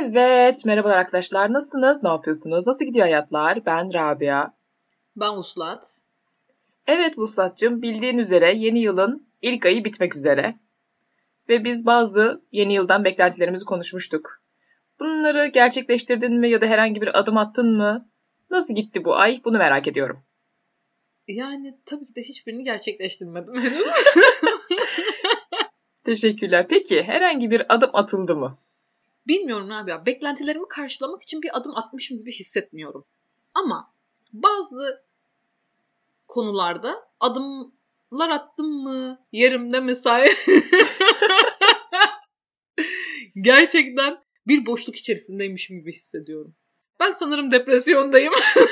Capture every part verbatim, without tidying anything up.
Evet, merhabalar arkadaşlar. Nasılsınız? Ne yapıyorsunuz? Nasıl gidiyor hayatlar? Ben Rabia. Ben Uslat. Evet Vuslat'cığım, bildiğin üzere yeni yılın ilk ayı bitmek üzere. Ve biz bazı yeni yıldan beklentilerimizi konuşmuştuk. Bunları gerçekleştirdin mi ya da herhangi bir adım attın mı? Nasıl gitti bu ay? Bunu merak ediyorum. Yani tabii ki de hiçbirini gerçekleştirmedim henüz. Teşekkürler. Peki herhangi bir adım atıldı mı? Bilmiyorum abi ya. Beklentilerimi karşılamak için bir adım atmışım gibi hissetmiyorum. Ama bazı konularda adımlar attım mı yerimde mesai. Gerçekten bir boşluk içerisindeymişim gibi hissediyorum. Ben sanırım depresyondayım.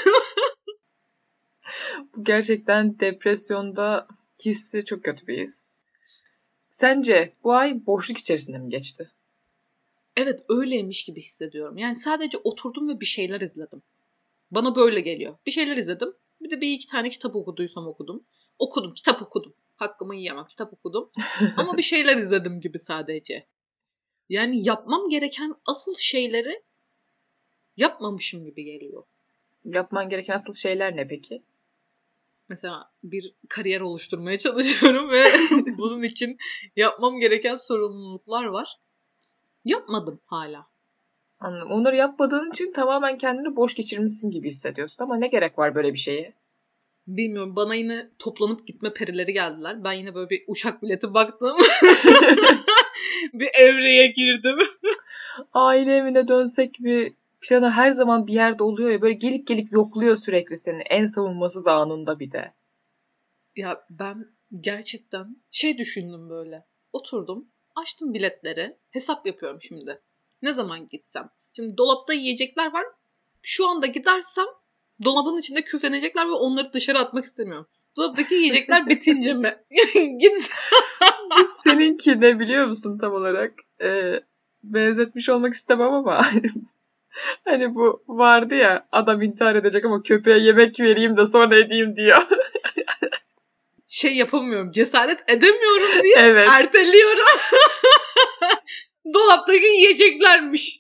Bu gerçekten depresyonda hissi çok kötü bir his. Sence bu ay boşluk içerisinde mi geçti? Evet, öyleymiş gibi hissediyorum. Yani sadece oturdum ve bir şeyler izledim. Bana böyle geliyor. Bir şeyler izledim. Bir de bir iki tane kitap okuduysam okudum. Okudum, kitap okudum. Hakkımı yiyemem, kitap okudum. Ama bir şeyler izledim gibi sadece. Yani yapmam gereken asıl şeyleri yapmamışım gibi geliyor. Yapman gereken asıl şeyler ne peki? Mesela bir kariyer oluşturmaya çalışıyorum ve bunun için yapmam gereken sorumluluklar var. Yapmadım hala. Anladım. Onları yapmadığın için tamamen kendini boş geçirmişsin gibi hissediyorsun ama ne gerek var böyle bir şeye? Bilmiyorum, bana yine toplanıp gitme perileri geldiler. Ben yine böyle bir uçak bileti baktım. Bir evreye girdim. Aile evine dönsek bir planı her zaman bir yerde oluyor ya böyle gelip gelip yokluyor sürekli seni en savunmasız anında bir de. Ya ben gerçekten şey düşündüm böyle. Oturdum, açtım biletleri, hesap yapıyorum şimdi. Ne zaman gitsem? Şimdi dolapta yiyecekler var. Şu anda gidersem dolabın içinde küflenecekler ve onları dışarı atmak istemiyorum. Dolaptaki yiyecekler bitince mi? Gitsem. Bu seninki ne biliyor musun tam olarak? Ee, benzetmiş olmak istemem ama hani bu vardı ya adam intihar edecek ama köpeğe yemek vereyim de sonra edeyim diyor. Şey yapamıyorum, cesaret edemiyorum diye Evet. erteliyorum. Dolaptaki yiyeceklermiş.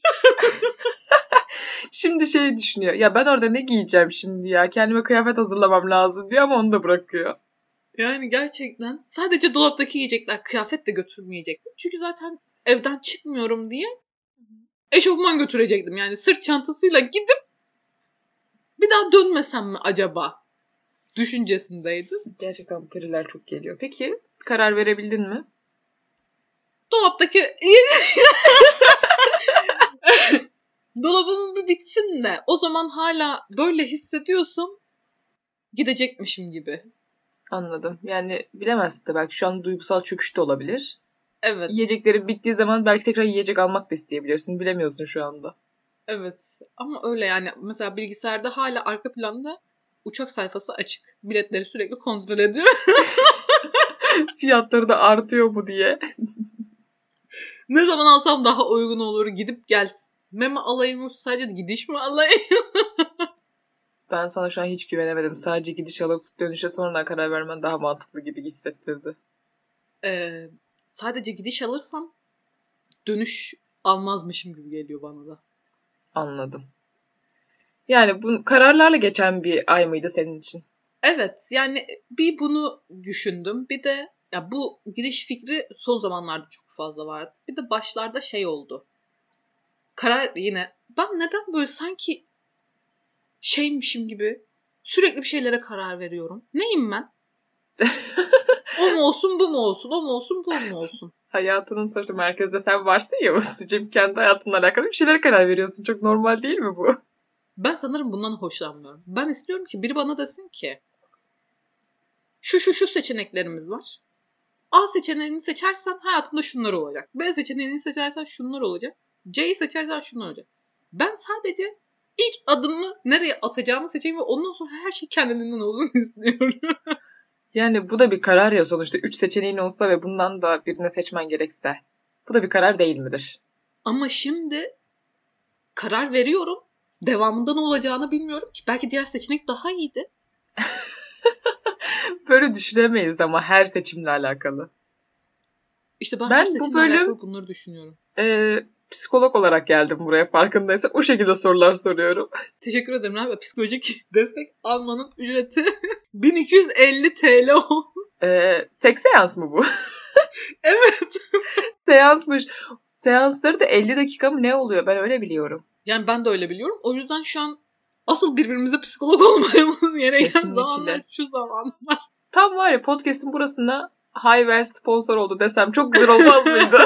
Şimdi şey düşünüyor. Ya ben orada ne giyeceğim şimdi ya? Kendime kıyafet hazırlamam lazım diyor ama onu da bırakıyor. Yani gerçekten sadece dolaptaki yiyecekler, kıyafet de götürmeyecektim. Çünkü zaten evden çıkmıyorum diye eşofman götürecektim. Yani sırt çantasıyla gidip bir daha dönmesem mi acaba düşüncesindeydim. Gerçekten bu periler çok geliyor. Peki karar verebildin mi? Dolaptaki dolabımın bir bitsin de o zaman hala böyle hissediyorsam gidecekmişim gibi. Anladım. Yani bilemezsin de belki şu an duygusal çöküş de olabilir. Evet. Yiyeceklerin bittiği zaman belki tekrar yiyecek almak da isteyebilirsin. Bilemiyorsun şu anda. Evet. Ama öyle yani mesela bilgisayarda hala arka planda uçak sayfası açık. Biletleri sürekli kontrol ediyor. Fiyatları da artıyor mu diye. Ne zaman alsam daha uygun olur, gidip gelme mi alayım, sadece gidiş mi alayım? Ben sana şu an hiç güvenemedim. Sadece gidiş alıp dönüşe sonradan karar vermen daha mantıklı gibi hissettirdi. Ee, sadece gidiş alırsam dönüş almazmışım gibi geliyor bana da. Anladım. Yani bu kararlarla geçen bir ay mıydı senin için? Evet, yani bir bunu düşündüm. Bir de ya bu gidiş fikri son zamanlarda çok fazla vardı. Bir de başlarda şey oldu. Karar yine ben neden böyle sanki şeymişim gibi sürekli bir şeylere karar veriyorum. Neyim ben? O mu olsun, bu mu olsun, o mu olsun, bu mu olsun? Hayatının sonuçta merkezde sen varsın ya Uslucuğum. Kendi hayatınla alakalı bir şeylere karar veriyorsun. Çok normal değil mi bu? Ben sanırım bundan hoşlanmıyorum. Ben istiyorum ki biri bana desin ki şu şu şu seçeneklerimiz var. A seçeneğini seçersen hayatında şunlar olacak. B seçeneğini seçersen şunlar olacak. C'yi seçersen şunlar olacak. Ben sadece ilk adımı nereye atacağımı seçeyim ve ondan sonra her şey kendiliğinden olsun istiyorum. Yani bu da bir karar ya sonuçta. Üç seçeneğin olsa ve bundan da birini seçmen gerekse. Bu da bir karar değil midir? Ama şimdi karar veriyorum. Devamında ne olacağını bilmiyorum ki. Belki diğer seçenek daha iyiydi. Böyle düşünemeyiz ama her seçimle alakalı. İşte ben, ben her Ben bu seçimle bölüm alakalı bunları düşünüyorum. e, psikolog olarak geldim buraya, farkındaysan. O şekilde sorular soruyorum. Teşekkür ederim abi. Psikolojik destek almanın ücreti bin iki yüz elli TL oldu. Ee, tek seans mı bu? Evet. Seansmış. Seansları da elli dakika mı ne oluyor? Ben öyle biliyorum. Yani ben de öyle biliyorum. O yüzden şu an asıl birbirimize psikolog olmamız gereken Kesinlikle. zamanlar şu zamanlar. Tam var ya, podcast'ın burasına Hayvel sponsor oldu desem çok güzel olmaz mıydı?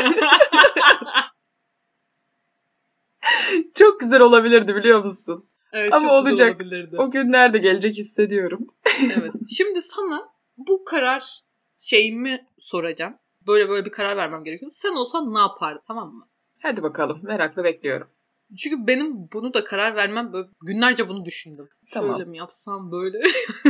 Çok güzel olabilirdi, biliyor musun? Evet, ama çok güzel olacak. olabilirdi. O günler de gelecek hissediyorum. Evet. Şimdi sana bu karar şeyimi soracağım. Böyle böyle bir karar vermem gerekiyor. Sen olsan ne yapardın, tamam mı? Hadi bakalım, merakla bekliyorum. Çünkü benim bunu da karar vermem, böyle günlerce bunu düşündüm. Tamam. Şöyle mi yapsam, böyle.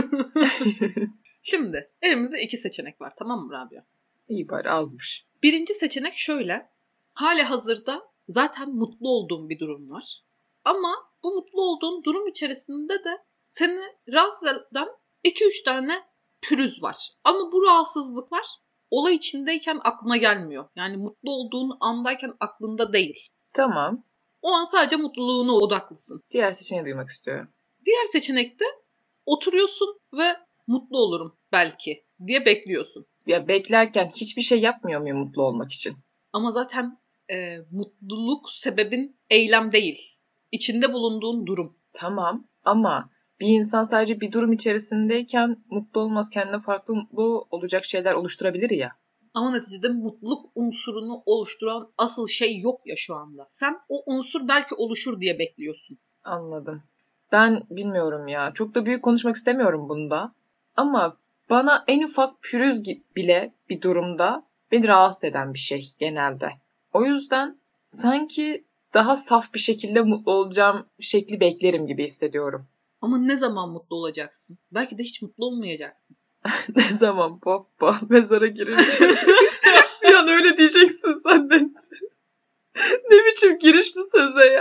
Şimdi elimizde iki seçenek var, tamam mı Rabia? İyi bari, azmış. Birinci seçenek şöyle. Hali hazırda zaten mutlu olduğum bir durum var. Ama bu mutlu olduğun durum içerisinde de seni rahatsız eden iki üç tane pürüz var. Ama bu rahatsızlıklar olay içindeyken aklına gelmiyor. Yani mutlu olduğun andayken aklında değil. Tamam. O an sadece mutluluğuna odaklısın. Diğer seçeneği duymak istiyorum. Diğer seçenekte oturuyorsun ve mutlu olurum belki diye bekliyorsun. Ya beklerken hiçbir şey yapmıyor muyum mutlu olmak için? Ama zaten e, mutluluk sebebin eylem değil. İçinde bulunduğun durum. Tamam ama bir insan sadece bir durum içerisindeyken mutlu olmaz. Kendine farklı mutlu olacak şeyler oluşturabilir ya. Ama neticede mutluluk unsurunu oluşturan asıl şey yok ya şu anda. Sen o unsur belki oluşur diye bekliyorsun. Anladım. Ben bilmiyorum ya. Çok da büyük konuşmak istemiyorum bunda. Ama bana en ufak pürüz bile bir durumda beni rahatsız eden bir şey genelde. O yüzden sanki daha saf bir şekilde mutlu olacağım şekli beklerim gibi hissediyorum. Ama ne zaman mutlu olacaksın? Belki de hiç mutlu olmayacaksın. Ne zaman baba mezara girince? Bir an öyle diyeceksin sen de. Ne biçim giriş bu söze ya?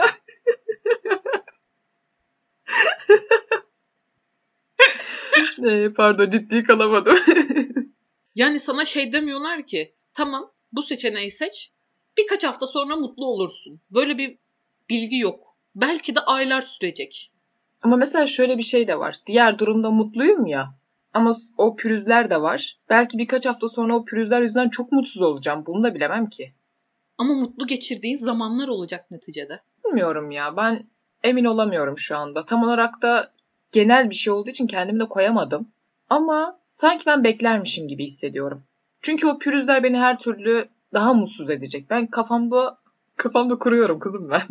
ee, pardon, ciddi kalamadım. Yani sana şey demiyorlar ki, tamam bu seçeneği seç, birkaç hafta sonra mutlu olursun. Böyle bir bilgi yok. Belki de aylar sürecek. Ama mesela şöyle bir şey de var. Diğer durumda mutluyum ya. Ama o pürüzler de var. Belki birkaç hafta sonra o pürüzler yüzünden çok mutsuz olacağım. Bunu da bilemem ki. Ama mutlu geçirdiğin zamanlar olacak neticede. Bilmiyorum ya. Ben emin olamıyorum şu anda. Tam olarak da genel bir şey olduğu için kendimi de koyamadım. Ama sanki ben beklermişim gibi hissediyorum. Çünkü o pürüzler beni her türlü daha mutsuz edecek. Ben kafamda kafamda kuruyorum kızım ben.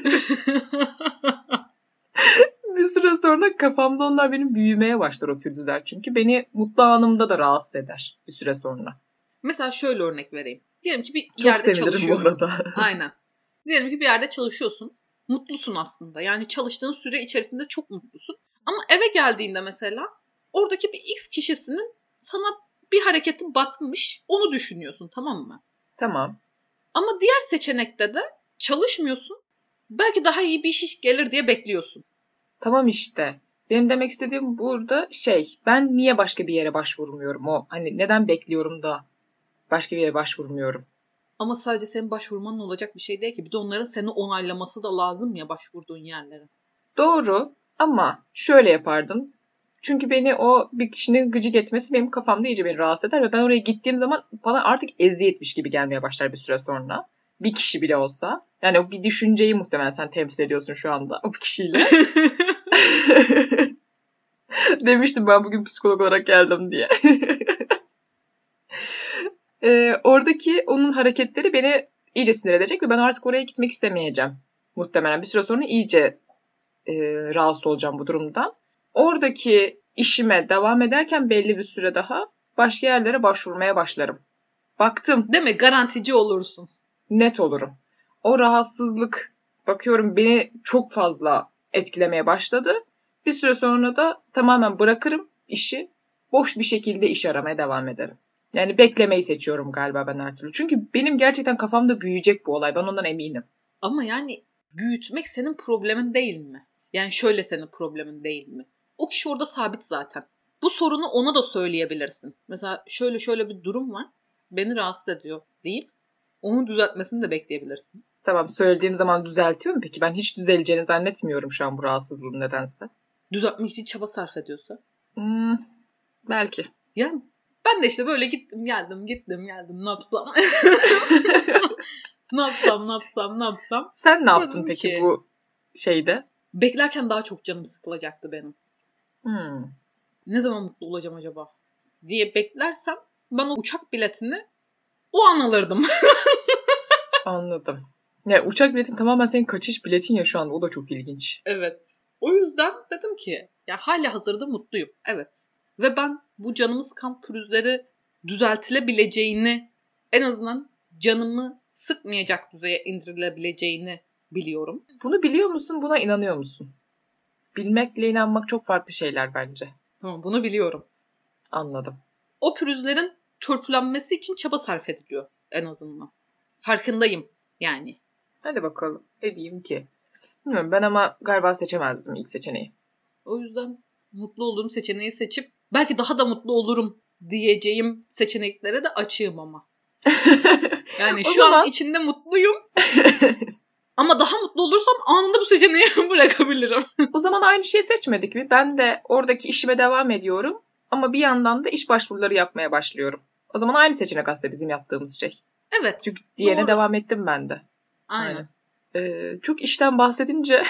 Bir süre sonra kafamda onlar benim büyümeye başlar, o pürüzler. Çünkü beni mutlu anımda da rahatsız eder bir süre sonra. Mesela şöyle örnek vereyim. Diyelim ki bir Çok yerde sevinirim çalışıyorsun. bu arada. Aynen. Diyelim ki bir yerde çalışıyorsun. Mutlusun aslında. Yani çalıştığın süre içerisinde çok mutlusun. Ama eve geldiğinde mesela oradaki bir X kişisinin sana bir hareketi batmış. Onu düşünüyorsun, tamam mı? Tamam. Ama diğer seçenekte de çalışmıyorsun. Belki daha iyi bir iş gelir diye bekliyorsun. Tamam işte. Benim demek istediğim burada şey, ben niye başka bir yere başvurmuyorum o? Hani neden bekliyorum da başka bir yere başvurmuyorum? Ama sadece senin başvurmanın olacak bir şey değil ki. Bir de onların seni onaylaması da lazım ya başvurduğun yerlere. Doğru ama şöyle yapardım. Çünkü beni o bir kişinin gıcık etmesi benim kafamda iyice beni rahatsız eder ve ben oraya gittiğim zaman bana artık eziyetmiş gibi gelmeye başlar bir süre sonra. Bir kişi bile olsa. Yani o bir düşünceyi muhtemelen sen temsil ediyorsun şu anda o kişiyle. Demiştim ben bugün psikolog olarak geldim diye. ee, oradaki onun hareketleri beni iyice sinir edecek ve ben artık oraya gitmek istemeyeceğim. Muhtemelen bir süre sonra iyice e, rahatsız olacağım bu durumdan. Oradaki işime devam ederken belli bir süre daha başka yerlere başvurmaya başlarım. Baktım. Değil mi? Garantici olursun. Net olurum. O rahatsızlık bakıyorum beni çok fazla etkilemeye başladı. Bir süre sonra da tamamen bırakırım işi. Boş bir şekilde iş aramaya devam ederim. Yani beklemeyi seçiyorum galiba ben her türlü. Çünkü benim gerçekten kafamda büyüyecek bu olay. Ben ondan eminim. Ama yani büyütmek senin problemin değil mi? Yani şöyle senin problemin değil mi? O kişi orada sabit zaten. Bu sorunu ona da söyleyebilirsin. Mesela şöyle şöyle bir durum var. Beni rahatsız ediyor deyip onu düzeltmesini de bekleyebilirsin. Tamam, söylediğim zaman düzeltiyor mu peki? Ben hiç düzeleceğini zannetmiyorum şu an bu rahatsızlığım nedense. Düzeltmek için çaba sarf ediyorsa. Hmm, belki. Yani ben de işte böyle gittim geldim gittim geldim ne yapsam. ne yapsam ne yapsam ne yapsam. Sen ne Sonra yaptın dedim peki ki, bu şeyde? beklerken daha çok canım sıkılacaktı benim. Hmm. Ne zaman mutlu olacağım acaba diye beklersem ben o uçak biletini o an alırdım. Anladım. Ya uçak biletin tamamen senin kaçış biletin ya şu an. O da çok ilginç. Evet. O yüzden dedim ki ya hala hazırda mutluyum. Evet. Ve ben bu canımı sıkan pürüzleri düzeltilebileceğini, en azından canımı sıkmayacak düzeye indirilebileceğini biliyorum. Bunu biliyor musun? Buna inanıyor musun? Bilmekle inanmak çok farklı şeyler bence. Tamam, bunu biliyorum. Anladım. O pürüzlerin törpülenmesi için çaba sarf ediliyor en azından. Farkındayım yani. Hadi bakalım. Ne diyeyim ki? Bilmiyorum, ben ama galiba seçemezdim ilk seçeneği. O yüzden mutlu olduğum seçeneği seçip belki daha da mutlu olurum diyeceğim seçeneklere de açığım ama. Yani şu zaman... an içinde mutluyum. Ama daha mutlu olursam anında bu seçeneği bırakabilirim. O zaman aynı şeyi seçmedik mi? Ben de oradaki işime devam ediyorum. Ama bir yandan da iş başvuruları yapmaya başlıyorum. O zaman aynı seçenek aslında bizim yaptığımız şey. Evet. Çünkü diğerine devam ettim ben de. Aynen. Ee, çok işten bahsedince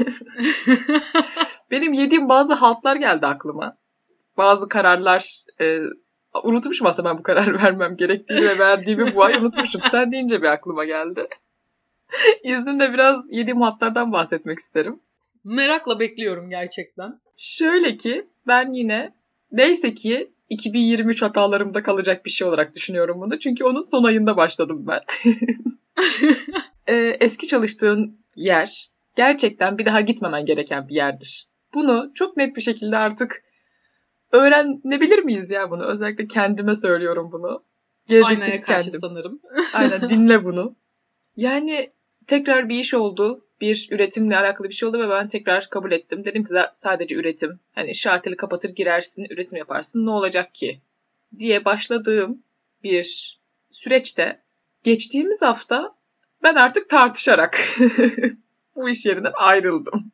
benim yediğim bazı haltlar geldi aklıma. Bazı kararlar... E, unutmuşum aslında ben bu karar vermem gerektiğini ve verdiğimi bu ay unutmuşum. Sen deyince bir aklıma geldi. İzninle biraz yediğim hatlardan bahsetmek isterim. Merakla bekliyorum gerçekten. Şöyle ki ben yine neyse ki iki bin yirmi üç hatalarımda kalacak bir şey olarak düşünüyorum bunu. Çünkü onun son ayında başladım ben. ee, eski çalıştığın yer gerçekten bir daha gitmemen gereken bir yerdir. Bunu çok net bir şekilde artık öğrenebilir miyiz ya bunu? Özellikle kendime söylüyorum bunu. Gelecekteki Aynaya karşı kendim. sanırım. Aynen, dinle bunu. Yani tekrar bir iş oldu. Bir üretimle alakalı bir şey oldu ve ben tekrar kabul ettim. Dedim ki sadece üretim. Hani şarteli kapatır girersin, üretim yaparsın. Ne olacak ki? Diye başladığım bir süreçte geçtiğimiz hafta ben artık tartışarak bu iş yerinden ayrıldım.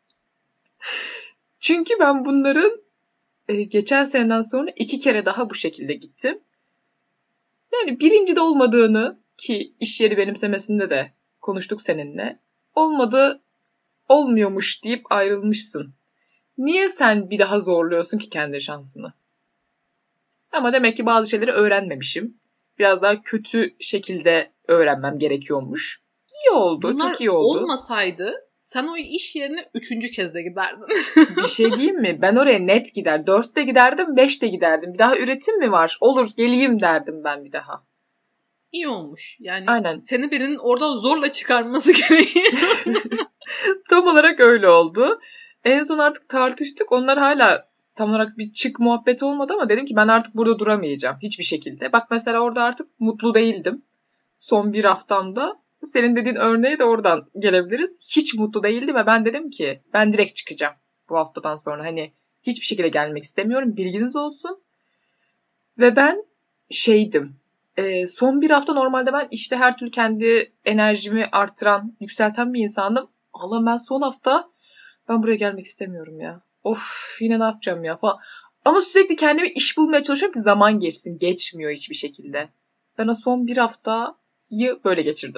Çünkü ben bunların e, geçen seneden sonra iki kere daha bu şekilde gittim. Yani birinci de olmadığını, ki iş yeri benimsemesinde de konuştuk seninle. Olmadı, olmuyormuş deyip ayrılmışsın. Niye sen bir daha zorluyorsun ki kendi şansını? Ama demek ki bazı şeyleri öğrenmemişim. Biraz daha kötü şekilde öğrenmem gerekiyormuş. İyi oldu, Bunlar çok iyi oldu. olmasaydı sen o iş yerine üçüncü kez de giderdin. Bir şey diyeyim mi? Ben oraya net gider. Dörtte giderdim, beşte giderdim. Bir daha üretim mi var? Olur, geleyim derdim ben bir daha. İyi olmuş. Yani aynen. Seni birinin oradan zorla çıkarması gerekiyor. Tam olarak öyle oldu. En son artık tartıştık. Onlar hala tam olarak bir çık muhabbeti olmadı ama dedim ki ben artık burada duramayacağım hiçbir şekilde. Bak mesela orada artık mutlu değildim. Son bir haftamda. Senin dediğin örneğe de oradan gelebiliriz. Hiç mutlu değildim ve ben dedim ki ben direkt çıkacağım bu haftadan sonra. Hani hiçbir şekilde gelmek istemiyorum. Bilginiz olsun. Ve ben şeydim. E, son bir hafta normalde ben işte her türlü kendi enerjimi artıran, yükselten bir insandım. Allah, ben son hafta ben buraya gelmek istemiyorum ya. Of, yine ne yapacağım ya falan. Ama sürekli kendime iş bulmaya çalışıyorum ki zaman geçsin. Geçmiyor hiçbir şekilde. Ben o son bir haftayı böyle geçirdim.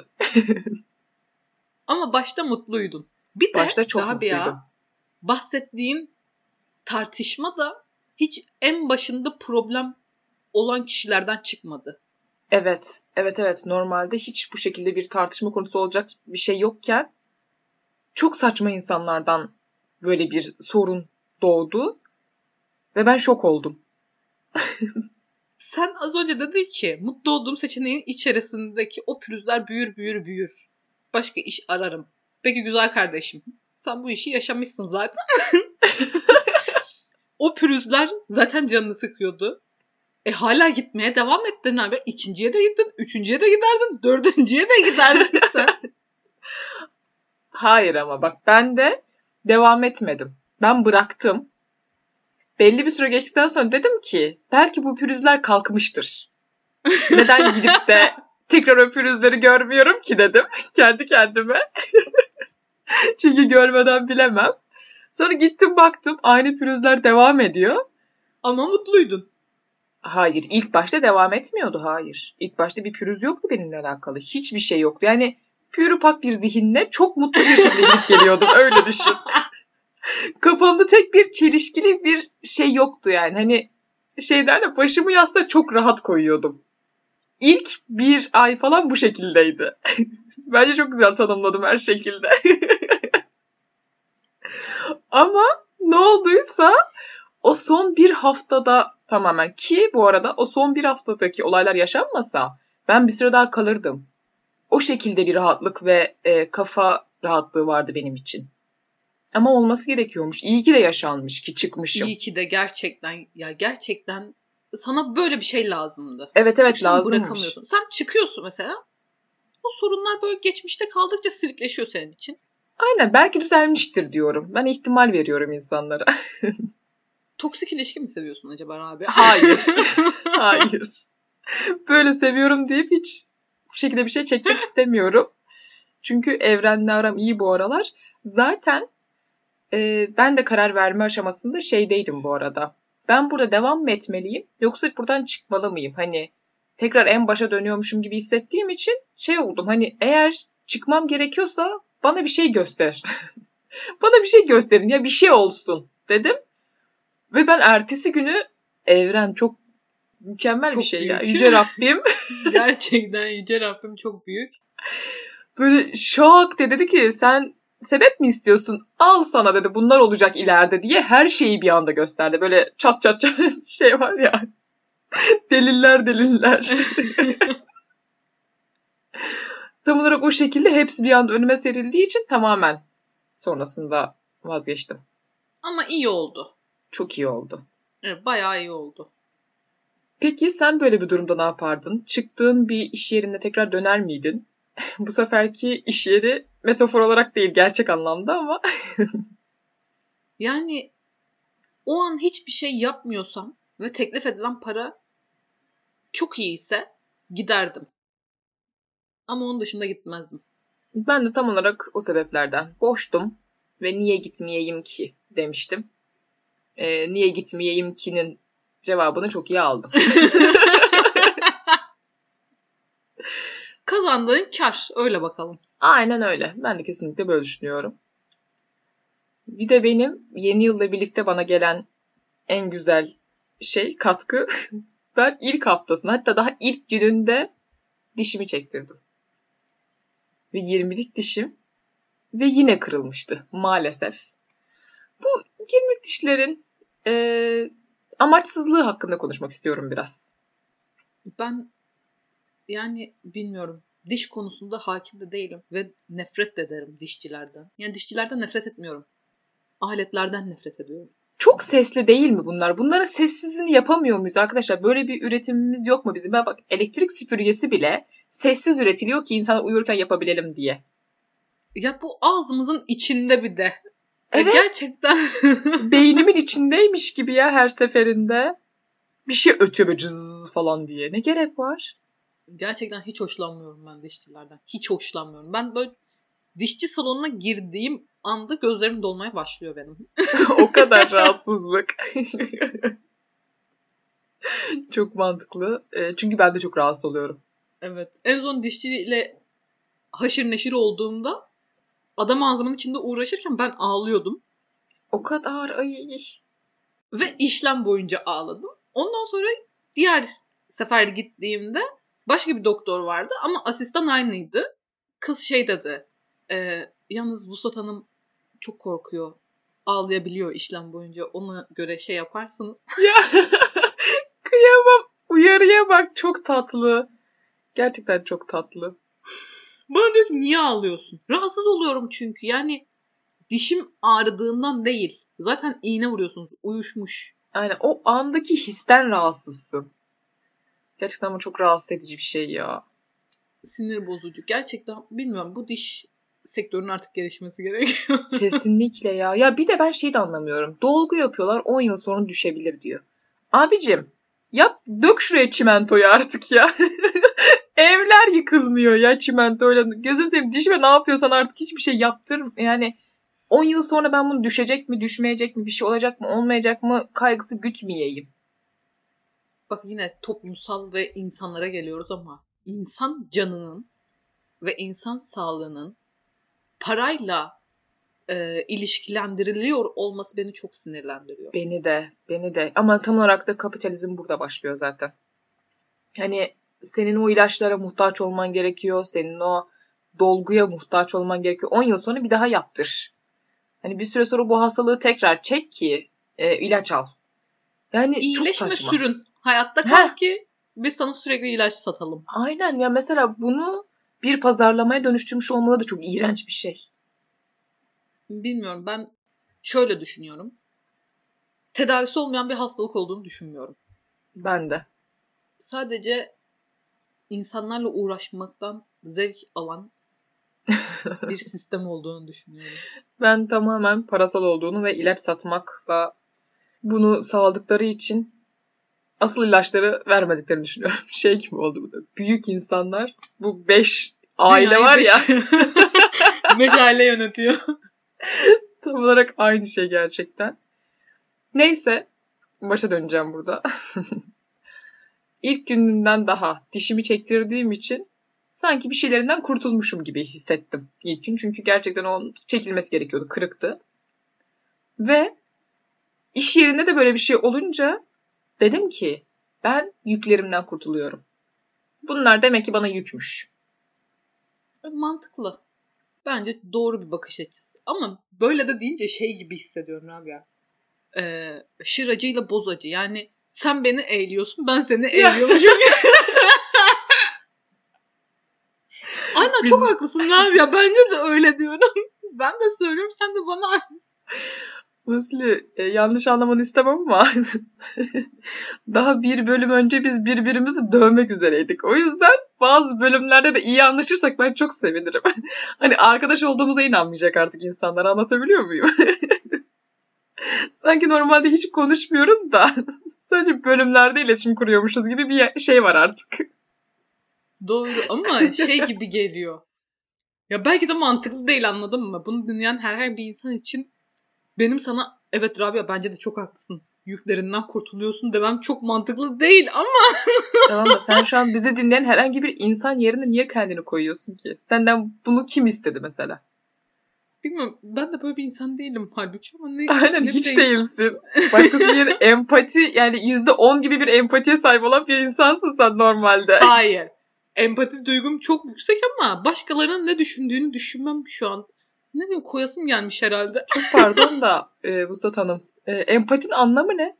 Ama başta mutluydun. Bir de başta çok Rabia, mutluydum. Bahsettiğin tartışma da hiç en başında problem olan kişilerden çıkmadı. Evet, evet, evet. Normalde hiç bu şekilde bir tartışma konusu olacak bir şey yokken çok saçma insanlardan böyle bir sorun doğdu ve ben şok oldum. Sen az önce dedin ki mutlu olduğum seçeneğin içerisindeki o pürüzler büyür büyür büyür. Başka iş ararım. Peki güzel kardeşim, sen bu işi yaşamışsın zaten. O pürüzler zaten canını sıkıyordu. E hala gitmeye devam ettin abi. İkinciye de gittin, üçüncüye de giderdin, dördüncüye de giderdin sen. Hayır ama bak ben de devam etmedim. Ben bıraktım. Belli bir süre geçtikten sonra dedim ki belki bu pürüzler kalkmıştır. Neden gidip de tekrar o pürüzleri görmüyorum ki dedim kendi kendime. Çünkü görmeden bilemem. Sonra gittim baktım aynı pürüzler devam ediyor. Ama mutluydun. Hayır, ilk başta devam etmiyordu, hayır. İlk başta bir pürüz yoktu benimle alakalı. Hiçbir şey yoktu. Yani pürüpak bir zihinle çok mutlu bir şekilde gidip geliyordum. Öyle düşün. Kafamda tek bir çelişkili bir şey yoktu yani. Hani şey derler, başımı yastığa çok rahat koyuyordum. İlk bir ay falan bu şekildeydi. Bence çok güzel tanımladım her şekilde. Ama ne olduysa o son bir haftada tamamen, ki bu arada o son bir haftadaki olaylar yaşanmasa ben bir süre daha kalırdım. O şekilde bir rahatlık ve e, kafa rahatlığı vardı benim için. Ama olması gerekiyormuş. İyi ki de yaşanmış ki çıkmışım. İyi ki de gerçekten ya gerçekten sana böyle bir şey lazımdı. Evet evet Çünkü sen lazımmış. bırakamıyorsun. Sen çıkıyorsun mesela. O sorunlar böyle geçmişte kaldıkça silikleşiyor senin için. Aynen, belki düzelmiştir diyorum. Ben ihtimal veriyorum insanlara. Toksik ilişki mi seviyorsun acaba abi? Hayır. Hayır. Böyle seviyorum deyip hiç bu şekilde bir şey çekmek istemiyorum. Çünkü evrenle aram iyi bu aralar. Zaten e, ben de karar verme aşamasında şeydeydim bu arada. Ben burada devam mı etmeliyim yoksa buradan çıkmalı mıyım? Hani tekrar en başa dönüyormuşum gibi hissettiğim için şey oldum. Hani eğer çıkmam gerekiyorsa bana bir şey göster. Bana bir şey gösterin ya, bir şey olsun dedim. Ve ben ertesi günü evren çok mükemmel Çok bir şey büyük. ya. Yüce Rabbim. Gerçekten Yüce Rabbim çok büyük. Böyle şok de dedi ki sen sebep mi istiyorsun? Al sana dedi, bunlar olacak ileride diye her şeyi bir anda gösterdi. Böyle çat çat çat şey var ya. Deliller deliller. Tam olarak o şekilde hepsi bir anda önüme serildiği için tamamen sonrasında vazgeçtim. Ama iyi oldu. Çok iyi oldu. Evet, bayağı iyi oldu. Peki sen böyle bir durumda ne yapardın? Çıktığın bir iş yerine tekrar döner miydin? Bu seferki iş yeri metafor olarak değil, gerçek anlamda ama. Yani o an hiçbir şey yapmıyorsam ve teklif edilen para çok iyiyse giderdim. Ama onun dışında gitmezdim. Ben de tam olarak o sebeplerden boştum ve niye gitmeyeyim ki demiştim. Ee, niye gitmeyeyim ki'nin cevabını çok iyi aldım. Kazandığın kar, öyle bakalım. Aynen öyle. Ben de kesinlikle böyle düşünüyorum. Bir de benim yeni yılla birlikte bana gelen en güzel şey, katkı. Ben ilk haftasında, hatta daha ilk gününde dişimi çektirdim. Ve yirmilik dişim ve yine kırılmıştı maalesef. Bu yirmilik dişlerin e, amaçsızlığı hakkında konuşmak istiyorum biraz. Ben yani bilmiyorum. Diş konusunda hakim de değilim ve nefret de ederim dişçilerden. Yani dişçilerden nefret etmiyorum. Aletlerden nefret ediyorum. Çok sesli değil mi bunlar? Bunların sessizliğini yapamıyor muyuz arkadaşlar? Böyle bir üretimimiz yok mu bizim? Ben bak, elektrik süpürgesi bile sessiz üretiliyor ki insanlar uyurken yapabilelim diye. Ya bu ağzımızın içinde bir de. Evet. Gerçekten. Beynimin içindeymiş gibi ya her seferinde. Bir şey ötüyor böyle cız falan diye. Ne gerek var? Gerçekten hiç hoşlanmıyorum ben dişçilerden. Hiç hoşlanmıyorum. Ben böyle dişçi salonuna girdiğim anda gözlerim dolmaya başlıyor benim. O kadar rahatsızlık. Çok mantıklı. E, çünkü ben de çok rahatsız oluyorum. Evet. En son dişçiyle haşır neşir olduğumda adam ağzımın içinde uğraşırken ben ağlıyordum. O kadar ay. Ve işlem boyunca ağladım. Ondan sonra diğer sefer gittiğimde başka bir doktor vardı ama asistan aynıydı. Kız şey dedi. E, yalnız Vuslat Hanım çok korkuyor. Ağlayabiliyor işlem boyunca. Ona göre şey yaparsınız. Ya kıyamam. Uyarıya bak, çok tatlı. Gerçekten çok tatlı. Bana diyor ki niye ağlıyorsun? Rahatsız oluyorum çünkü. Yani dişim ağrıdığından değil. Zaten iğne vuruyorsunuz. Uyuşmuş. Aynen, o andaki histen rahatsızsın. Gerçekten ama çok rahatsız edici bir şey ya. Sinir bozucu. Gerçekten bilmiyorum. Bu diş sektörünün artık gelişmesi gerekiyor. Kesinlikle ya. Ya bir de ben şeyi de anlamıyorum. Dolgu yapıyorlar, on yıl sonra düşebilir diyor. Abicim yap, dök şuraya çimentoyu artık ya. Evler yıkılmıyor ya çimentoyla. Gözünü seveyim, dişime ne yapıyorsan artık hiçbir şey yaptır. Yani on yıl sonra ben bunu düşecek mi, düşmeyecek mi, bir şey olacak mı, olmayacak mı kaygısı gütmeyeyim. Bak yine toplumsal ve insanlara geliyoruz ama insan canının ve insan sağlığının parayla e, ilişkilendiriliyor olması beni çok sinirlendiriyor. Beni de, beni de. Ama tam olarak da kapitalizm burada başlıyor zaten. Hani senin o ilaçlara muhtaç olman gerekiyor, senin o dolguya muhtaç olman gerekiyor. on yıl sonra bir daha yaptır. Hani bir süre sonra bu hastalığı tekrar çek ki e, ilaç al. Yani İyileşme çok saçma. sürün. Hayatta kal Heh. ki biz sana sürekli ilaç satalım. Aynen ya, mesela bunu bir pazarlamaya dönüştürmüş olmaları da çok iğrenç bir şey. Bilmiyorum, ben şöyle düşünüyorum. Tedavisi olmayan bir hastalık olduğunu düşünmüyorum. Ben de. Sadece insanlarla uğraşmaktan zevk alan bir sistem olduğunu düşünüyorum. Ben tamamen parasal olduğunu ve ilaç satmakla bunu sağladıkları için asıl ilaçları vermediklerini düşünüyorum. Şey gibi oldu bu da. Büyük insanlar, bu beş aile Dünyayı var beş... ya. beş aile yönetiyor. Tam olarak aynı şey gerçekten. Neyse. Başa döneceğim burada. İlk gününden daha dişimi çektirdiğim için sanki bir şeylerinden kurtulmuşum gibi hissettim ilk gün. Çünkü gerçekten onun çekilmesi gerekiyordu. Kırıktı. Ve iş yerinde de böyle bir şey olunca dedim ki ben yüklerimden kurtuluyorum. Bunlar demek ki bana yükmüş. Mantıklı. Bence doğru bir bakış açısı. Ama böyle de deyince şey gibi hissediyorum abi ya. Ee, şıracıyla bozacı. Yani sen beni eğliyorsun, ben seni eğliyormuşum. Aynen Biz... çok haklısın abi ya. Bence de öyle diyorum. Ben de söylüyorum, sen de bana aynısın. Nasıl e, yanlış anlamanı istemem ama daha bir bölüm önce biz birbirimizi dövmek üzereydik. O yüzden bazı bölümlerde de iyi anlaşırsak ben çok sevinirim. Hani arkadaş olduğumuza inanmayacak artık insanlar, anlatabiliyor muyum? Sanki normalde hiç konuşmuyoruz da sadece bölümlerde iletişim kuruyormuşuz gibi bir şey var artık. Doğru ama şey gibi geliyor. Ya belki de mantıklı değil, anladın mı? Bunu dinleyen herhangi bir insan için benim sana evet Rabia bence de çok haklısın, yüklerinden kurtuluyorsun demem çok mantıklı değil ama. Tamam da sen şu an bizi dinleyen herhangi bir insan yerine niye kendini koyuyorsun ki? Senden bunu kim istedi mesela? Bilmiyorum, ben de böyle bir insan değilim halbuki ama neyse. Aynen ne hiç değilsin. Başkasının empati, yani yüzde on gibi bir empatiye sahip olan bir insansın sen normalde. Hayır. Empati duygum çok yüksek ama başkalarının ne düşündüğünü düşünmem şu an. Ne bileyim, koyasım gelmiş herhalde. Çok pardon da e, Vuslat Hanım. E, empatinin anlamı ne?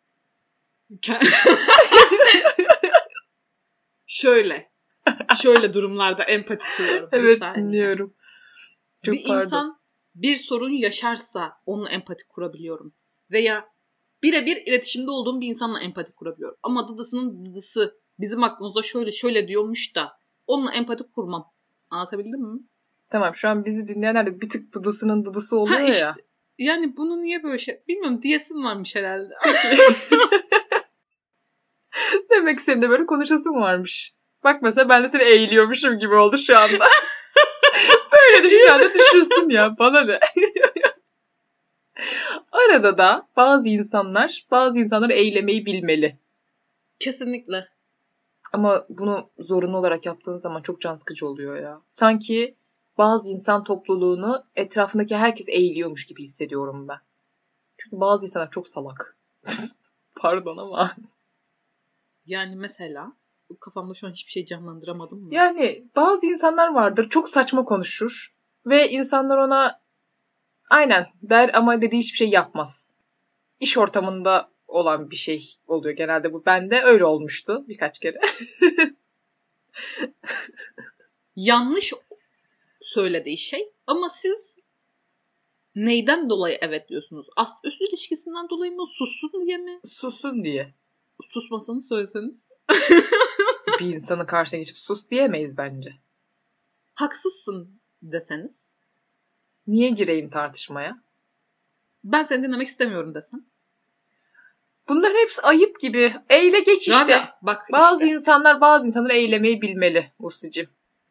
Şöyle. Şöyle durumlarda empati kuruyorum. Evet, dinliyorum. Çok bir pardon. İnsan bir sorun yaşarsa onunla empati kurabiliyorum. Veya birebir iletişimde olduğum bir insanla empati kurabiliyorum. Ama dıdısının dıdısı bizim aklımızda şöyle şöyle diyormuş da onunla empati kurmam. Anlatabildim mi? Tamam, şu an bizi dinleyenler de bir tık dıdısının dıdısı oluyor ha işte, ya. Yani bunu niye böyle şey... Bilmiyorum, diyesim varmış herhalde. Demek ki senin de böyle konuşasın varmış. Bak mesela ben de seni eğiliyormuşum gibi oldu şu anda. Böyle düşün de düşürsün ya. Bana ne? Arada da bazı insanlar bazı insanları eğlemeyi bilmeli. Kesinlikle. Ama bunu zorunlu olarak yaptığın zaman çok can sıkıcı oluyor ya. Sanki bazı insan topluluğunu etrafındaki herkes eğiliyormuş gibi hissediyorum ben. Çünkü bazı insanlar çok salak. Pardon ama. Yani mesela kafamda şu an hiçbir şey canlandıramadım mı? Yani bazı insanlar vardır çok saçma konuşur ve insanlar ona aynen der ama dediği hiçbir şey yapmaz. İş ortamında olan bir şey oluyor genelde bu. Bende öyle olmuştu birkaç kere. Yanlış söylediği şey ama siz neyden dolayı evet diyorsunuz? Ast üst ilişkisinden dolayı mı? Sussun diye mi? Sussun diye. Susmasını söyleseniz. Bir insanın karşısına geçip sus diyemeyiz bence. Haksızsın deseniz. Niye gireyim tartışmaya? Ben seni dinlemek istemiyorum desem. Bunlar hepsi ayıp gibi. Eyle geç işte. Rabia, bak Bazı işte. insanlar bazı insanları eylemeyi bilmeli Musti'cim.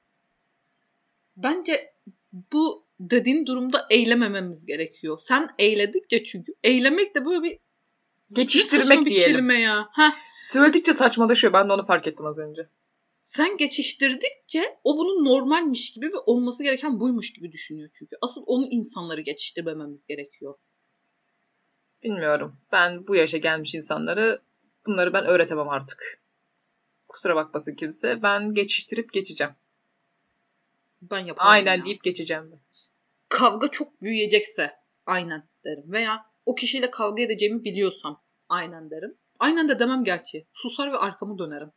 Bence bu dediğin durumda eylemememiz gerekiyor. Sen eyledikçe çünkü. Eylemek de böyle bir Geçiştirmek bir diyelim. kelime ya. Heh. Söyledikçe saçmalaşıyor. Ben de onu fark ettim az önce. Sen geçiştirdikçe o bunun normalmiş gibi ve olması gereken buymuş gibi düşünüyor çünkü. Asıl onu insanları geçiştirmememiz gerekiyor. Bilmiyorum. Ben bu yaşa gelmiş insanları bunları ben öğretemem artık. Kusura bakmasın kimse. Ben geçiştirip geçeceğim. Ben yapamam Aynen ya. deyip geçeceğim ben. Kavga çok büyüyecekse aynen derim. Veya o kişiyle kavga edeceğimi biliyorsam aynen derim. Aynen de demem gerçi. Susar ve arkamı dönerim.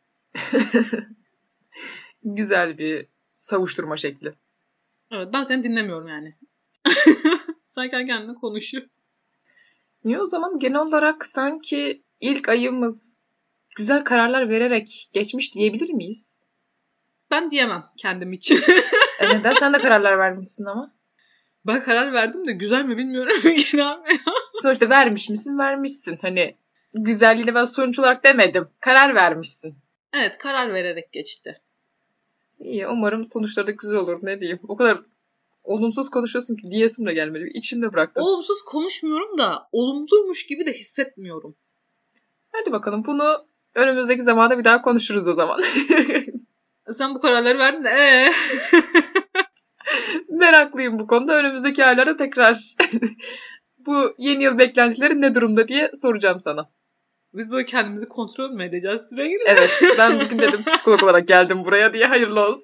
Güzel bir savuşturma şekli. Evet, ben seni dinlemiyorum yani. Sen kendi kendine konuşuyor. Niye o zaman genel olarak sanki ilk ayımız güzel kararlar vererek geçmiş diyebilir miyiz? Ben diyemem kendim için. E neden? Sen de kararlar vermişsin ama. Ben karar verdim de güzel mi bilmiyorum. Genel Sonuçta vermiş misin? Vermişsin. Hani güzelliğini ben sonuç olarak demedim. Karar vermişsin. Evet, karar vererek geçti. İyi, umarım sonuçları da güzel olur. Ne diyeyim? O kadar olumsuz konuşuyorsun ki diyesim de gelmedi. İçimde bıraktım. Olumsuz konuşmuyorum da olumluymuş gibi de hissetmiyorum. Hadi bakalım, bunu önümüzdeki zamanda bir daha konuşuruz o zaman. Sen bu kararları verdin de ee? Meraklıyım bu konuda. Önümüzdeki aylarda tekrar bu yeni yıl beklentileri ne durumda diye soracağım sana. Biz böyle kendimizi kontrol mü edeceğiz sürekli? Evet, ben bugün dedim psikolog olarak geldim buraya diye, hayırlı olsun.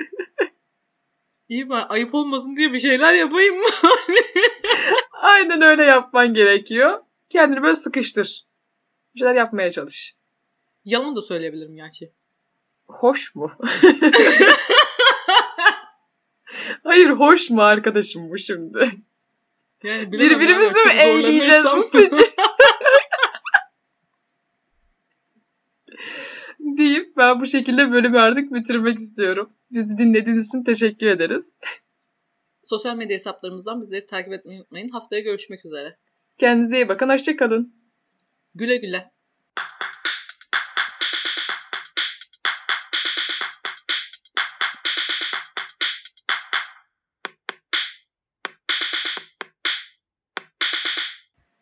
İyi, ben ayıp olmasın diye bir şeyler yapayım mı? Aynen öyle yapman gerekiyor. Kendini böyle sıkıştır. Bir şeyler yapmaya çalış. Yalan da söyleyebilirim gerçi. Hoş mu? Hayır, hoş mu arkadaşım bu şimdi? Yani birbirimizi mi eğleyeceğiz Musti'cim? deyip ben bu şekilde bölümü artık bitirmek istiyorum. Bizi dinlediğiniz için teşekkür ederiz. Sosyal medya hesaplarımızdan bizleri takip etmeyi unutmayın. Haftaya görüşmek üzere. Kendinize iyi bakın. Hoşça kalın. Güle güle.